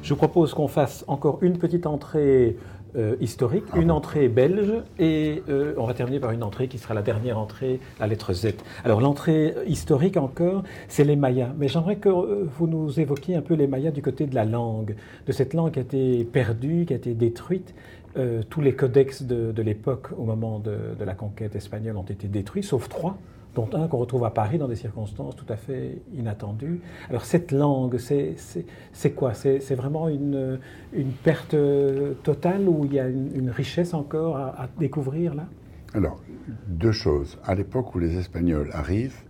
Je vous propose qu'on fasse encore une petite entrée historique, une entrée belge, et on va terminer par une entrée qui sera la dernière entrée, la lettre Z. Alors l'entrée historique encore, c'est les Mayas. Mais j'aimerais que vous nous évoquiez un peu les Mayas du côté de la langue, de cette langue qui a été perdue, qui a été détruite. Tous les codex de l'époque, au moment de la conquête espagnole, ont été détruits, sauf 3, dont un qu'on retrouve à Paris dans des circonstances tout à fait inattendues. Alors cette langue, c'est quoi? C'est vraiment une perte totale ou il y a une richesse encore à découvrir là? Alors, 2 choses. À l'époque où les Espagnols arrivent,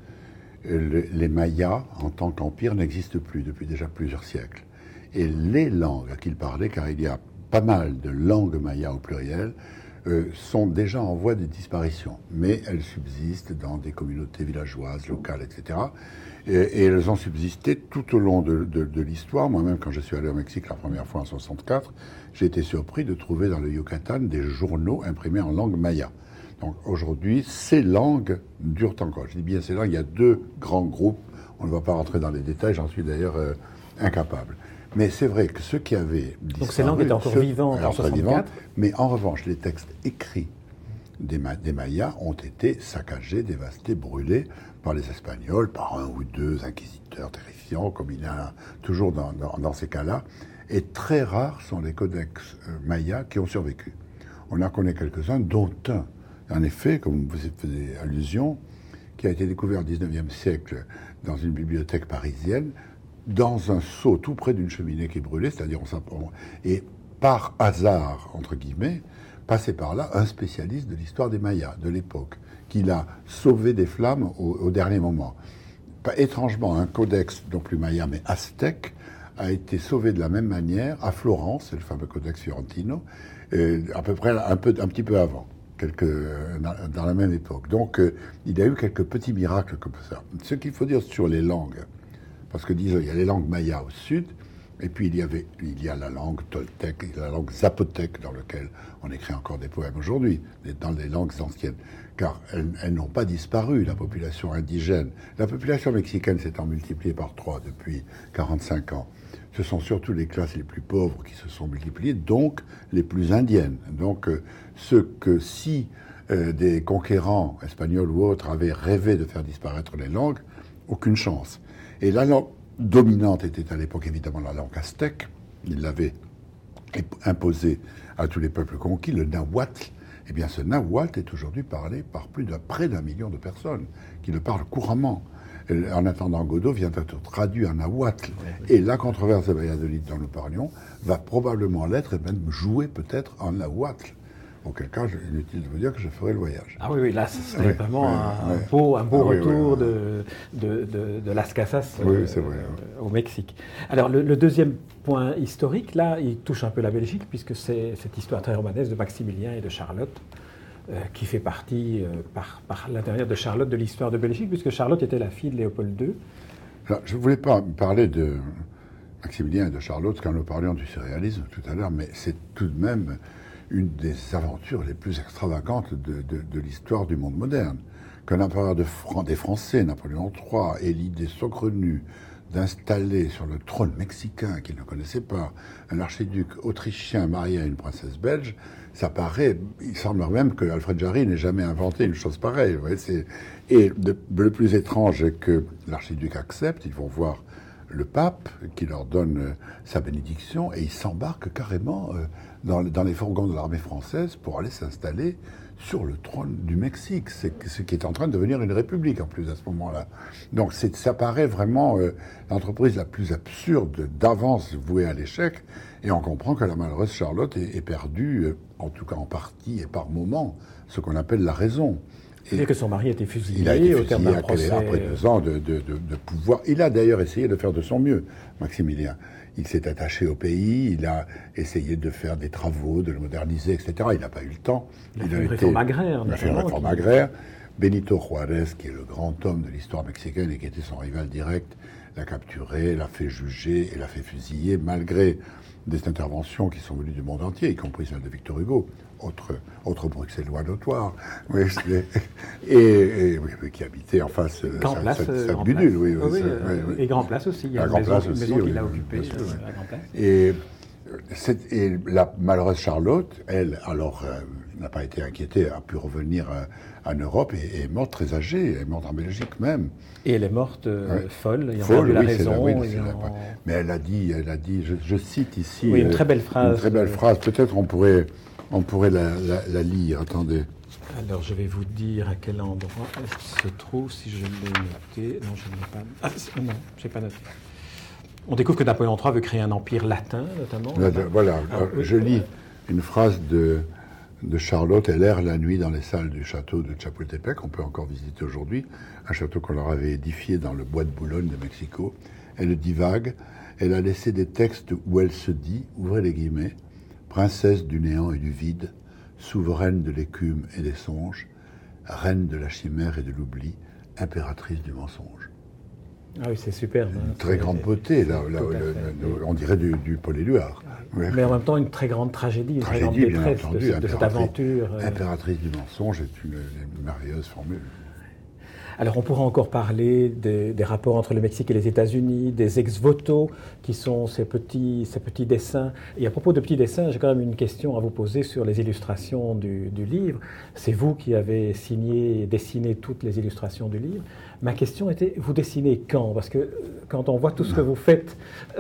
les Mayas, en tant qu'empire, n'existent plus depuis déjà plusieurs siècles. Et les langues qu'ils parlaient, car il y a pas mal de langues mayas au pluriel, sont déjà en voie de disparition, mais elles subsistent dans des communautés villageoises, locales, etc. Et elles ont subsisté tout au long de l'histoire. Moi-même, quand je suis allé au Mexique la première fois en 1964, j'ai été surpris de trouver dans le Yucatan des journaux imprimés en langue maya. Donc aujourd'hui, ces langues durent encore. Je dis bien ces langues, il y a 2 grands groupes. On ne va pas rentrer dans les détails, j'en suis d'ailleurs incapable. Mais c'est vrai que ceux qui avaient disparu... Donc ces langues étaient encore vivantes en 1964. Mais en revanche, les textes écrits des Mayas ont été saccagés, dévastés, brûlés par les Espagnols, par 1 ou 2 inquisiteurs terrifiants, comme il y a toujours dans ces cas-là. Et très rares sont les codex mayas qui ont survécu. On en connaît quelques-uns, dont un, en effet, comme vous faisiez allusion, qui a été découvert au XIXe siècle dans une bibliothèque parisienne, dans un seau tout près d'une cheminée qui brûlait, c'est-à-dire et par hasard, entre guillemets, passait par là un spécialiste de l'histoire des Mayas de l'époque, qui l'a sauvé des flammes au dernier moment. Étrangement, un codex, non plus maya, mais aztèque, a été sauvé de la même manière à Florence, c'est le fameux codex Fiorentino, à peu près un petit peu avant, dans la même époque. Donc il y a eu quelques petits miracles comme ça. Ce qu'il faut dire sur les langues, parce que disons, il y a les langues mayas au sud, et puis il y a la langue toltèque, la langue zapotèque, dans laquelle on écrit encore des poèmes aujourd'hui, dans les langues anciennes, car elles n'ont pas disparu, la population indigène. La population mexicaine s'étant multipliée par 3 depuis 45 ans. Ce sont surtout les classes les plus pauvres qui se sont multipliées, donc les plus indiennes. Donc ce que si des conquérants espagnols ou autres avaient rêvé de faire disparaître les langues, aucune chance. Et la langue dominante était à l'époque évidemment la langue aztèque. Il l'avait imposée à tous les peuples conquis, le nahuatl. Eh bien, ce nahuatl est aujourd'hui parlé par près d'1 million de personnes qui le parlent couramment. En attendant, Godot vient d'être traduit en nahuatl. Et la controverse de Valladolid dont nous parlions va probablement l'être et même jouer peut-être en nahuatl. Auquel cas, inutile de vous dire que je ferai le voyage. Ah oui, là, ce serait vraiment un beau retour de Las Casas au Mexique. Alors, le deuxième point historique, là, il touche un peu la Belgique, puisque c'est cette histoire très romanesque de Maximilien et de Charlotte, qui fait partie, par l'intérieur de Charlotte, de l'histoire de Belgique, puisque Charlotte était la fille de Léopold II. Alors, je ne voulais pas parler de Maximilien et de Charlotte quand nous parlions du surréalisme tout à l'heure, mais c'est tout de même une des aventures les plus extravagantes de l'histoire du monde moderne. Qu'un empereur des Français, Napoléon III, ait l'idée saugrenue d'installer sur le trône mexicain, qu'il ne connaissait pas, un archiduc autrichien marié à une princesse belge, ça paraît, il semble même que Alfred Jarry n'ait jamais inventé une chose pareille. Vous voyez, et le plus étrange est que l'archiduc accepte, ils vont voir le pape qui leur donne sa bénédiction et ils s'embarquent carrément dans les fourgons de l'armée française pour aller s'installer sur le trône du Mexique, ce qui est en train de devenir une république en plus à ce moment-là. Donc ça paraît vraiment l'entreprise la plus absurde d'avance vouée à l'échec, et on comprend que la malheureuse Charlotte est perdue, en tout cas en partie et par moments, ce qu'on appelle la raison. C'est-à-dire que son mari a été fusillé, il a été au terme d'un procès. procès. Après 2 ans de pouvoir. Il a d'ailleurs essayé de faire de son mieux, Maximilien. Il s'est attaché au pays, il a essayé de faire des travaux, de le moderniser, etc. Il n'a pas eu le temps. Il a fait une réforme agraire. Il a fait une réforme agraire. Benito Juárez, qui est le grand homme de l'histoire mexicaine et qui était son rival direct, l'a capturé, l'a fait juger et l'a fait fusiller, malgré des interventions qui sont venues du monde entier, y compris celle de Victor Hugo, autre bruxellois notoire, oui, qui habitait en face de cette Gudule. Et Grand Place aussi, il y a une maison qu'il a occupée, à Grand Place. Et la malheureuse Charlotte, elle, alors, n'a pas été inquiétée, a pu revenir en Europe et est morte très âgée, elle est morte en Belgique même. Et elle est morte folle, ayant perdu la raison. Mais elle a dit, je cite ici... Oui, une très belle phrase. Une très belle phrase, peut-être on pourrait la lire, attendez. Alors, je vais vous dire à quel endroit elle se trouve, si je l'ai noté. Non, je ne l'ai pas... Ah, non, je n'ai pas noté. On découvre que Napoléon III veut créer un empire latin, notamment. Voilà, je lis une phrase de Charlotte. Elle erre la nuit dans les salles du château de Chapultepec, on peut encore visiter aujourd'hui, un château qu'on leur avait édifié dans le bois de Boulogne de Mexico. Elle divague, elle a laissé des textes où elle se dit, ouvrez les guillemets, princesse du néant et du vide, souveraine de l'écume et des songes, reine de la chimère et de l'oubli, impératrice du mensonge. Ah oui, c'est superbe. Une très grande beauté, on dirait du Paul Éluard. Mais en même temps, une très grande tragédie, une très grande détresse de cette aventure. Impératrice du mensonge est une merveilleuse formule. Alors, on pourra encore parler des rapports entre le Mexique et les États-Unis, des ex-voto, qui sont ces petits dessins. Et à propos de petits dessins, j'ai quand même une question à vous poser sur les illustrations du livre. C'est vous qui avez dessiné toutes les illustrations du livre. Ma question était, vous dessinez quand? Parce que quand on voit tout ce que vous faites...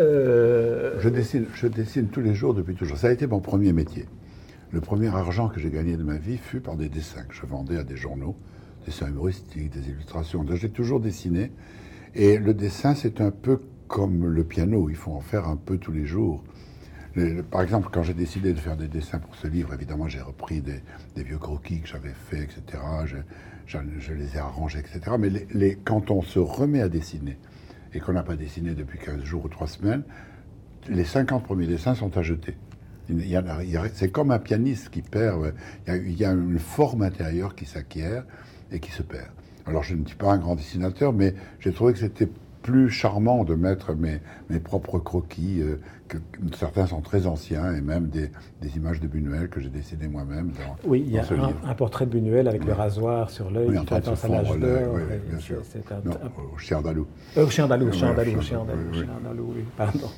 Je dessine tous les jours depuis toujours. Ça a été mon premier métier. Le premier argent que j'ai gagné de ma vie fut par des dessins que je vendais à des journaux, des dessins humoristiques, des illustrations. Donc j'ai toujours dessiné. Et le dessin, c'est un peu comme le piano. Il faut en faire un peu tous les jours. Par exemple, quand j'ai décidé de faire des dessins pour ce livre, évidemment, j'ai repris des vieux croquis que j'avais faits, etc. Je les ai arrangés, etc. Mais quand on se remet à dessiner, et qu'on n'a pas dessiné depuis 15 jours ou 3 semaines, les 50 premiers dessins sont à jeter. C'est comme un pianiste qui perd. Il y a une forme intérieure qui s'acquiert et qui se perd. Alors, je ne suis pas un grand dessinateur, mais j'ai trouvé que c'était plus charmant de mettre mes propres croquis, certains sont très anciens, et même des images de Buñuel que j'ai dessinées moi-même dans Oui, il y a livre. Un portrait de Buñuel avec le rasoir sur l'œil, oui, en train de se fondre l'œil, oui, bien sûr. Au chien andalou. Chien andalou, oui, pardon.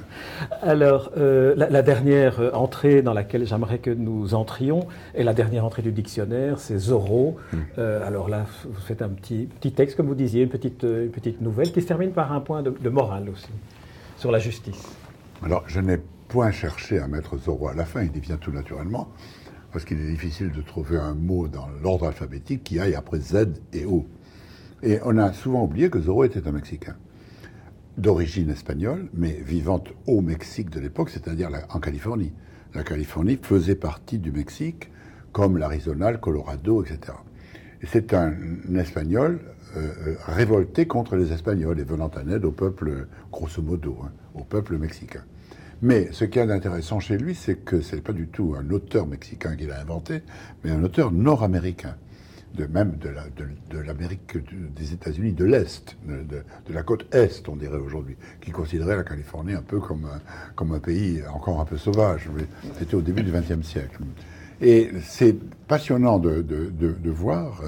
Alors, la dernière entrée dans laquelle j'aimerais que nous entrions, et la dernière entrée du dictionnaire, c'est Zorro. Alors là, vous faites un petit texte, comme vous disiez, une petite nouvelle qui se termine par un point de morale aussi, sur la justice. Alors, je n'ai point cherché à mettre Zorro à la fin, il y vient tout naturellement, parce qu'il est difficile de trouver un mot dans l'ordre alphabétique qui aille après Z et O. Et on a souvent oublié que Zorro était un Mexicain, d'origine espagnole, mais vivant au Mexique de l'époque, c'est-à-dire en Californie. La Californie faisait partie du Mexique, comme l'Arizona, le Colorado, etc. Et c'est un Espagnol révolté contre les Espagnols et venant en aide au peuple, grosso modo, au peuple mexicain. Mais ce qu'il y a d'intéressant chez lui, c'est que ce n'est pas du tout un auteur mexicain qu'il a inventé, mais un auteur nord-américain, de l'Amérique des États-Unis de l'Est, de la côte Est, on dirait aujourd'hui, qui considérait la Californie un peu comme un pays encore un peu sauvage. C'était au début du XXe siècle. Et c'est passionnant de voir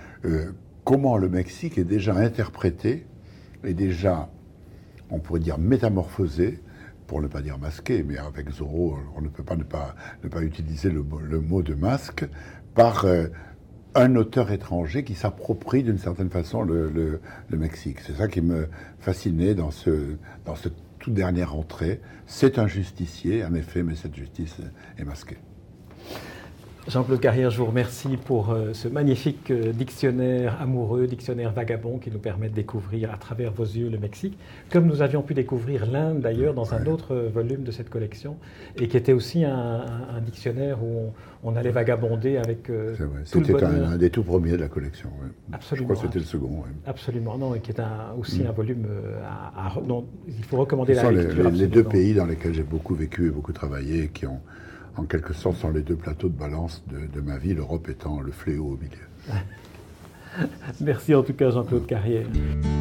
comment le Mexique est déjà interprété, est déjà, on pourrait dire, métamorphosé, pour ne pas dire masqué, mais avec Zorro, on ne peut pas ne pas utiliser le mot de masque, par un auteur étranger qui s'approprie d'une certaine façon le Mexique. C'est ça qui me fascinait dans cette toute dernière entrée. C'est un justicier, en effet, mais cette justice est masquée. Jean-Claude Carrière, je vous remercie pour ce magnifique dictionnaire amoureux, dictionnaire vagabond qui nous permet de découvrir à travers vos yeux le Mexique, comme nous avions pu découvrir l'Inde d'ailleurs dans un autre volume de cette collection, et qui était aussi un dictionnaire où on allait vagabonder avec tout le bonheur. C'était un des tout premiers de la collection. Ouais. Absolument. Je crois que c'était le second. Ouais. Absolument, non, et qui est aussi un volume dont il faut recommander la lecture. Les deux pays dans lesquels j'ai beaucoup vécu et beaucoup travaillé, et qui ont en quelque sorte sont les deux plateaux de balance de ma vie, l'Europe étant le fléau au milieu. Merci en tout cas Jean-Claude Carrière.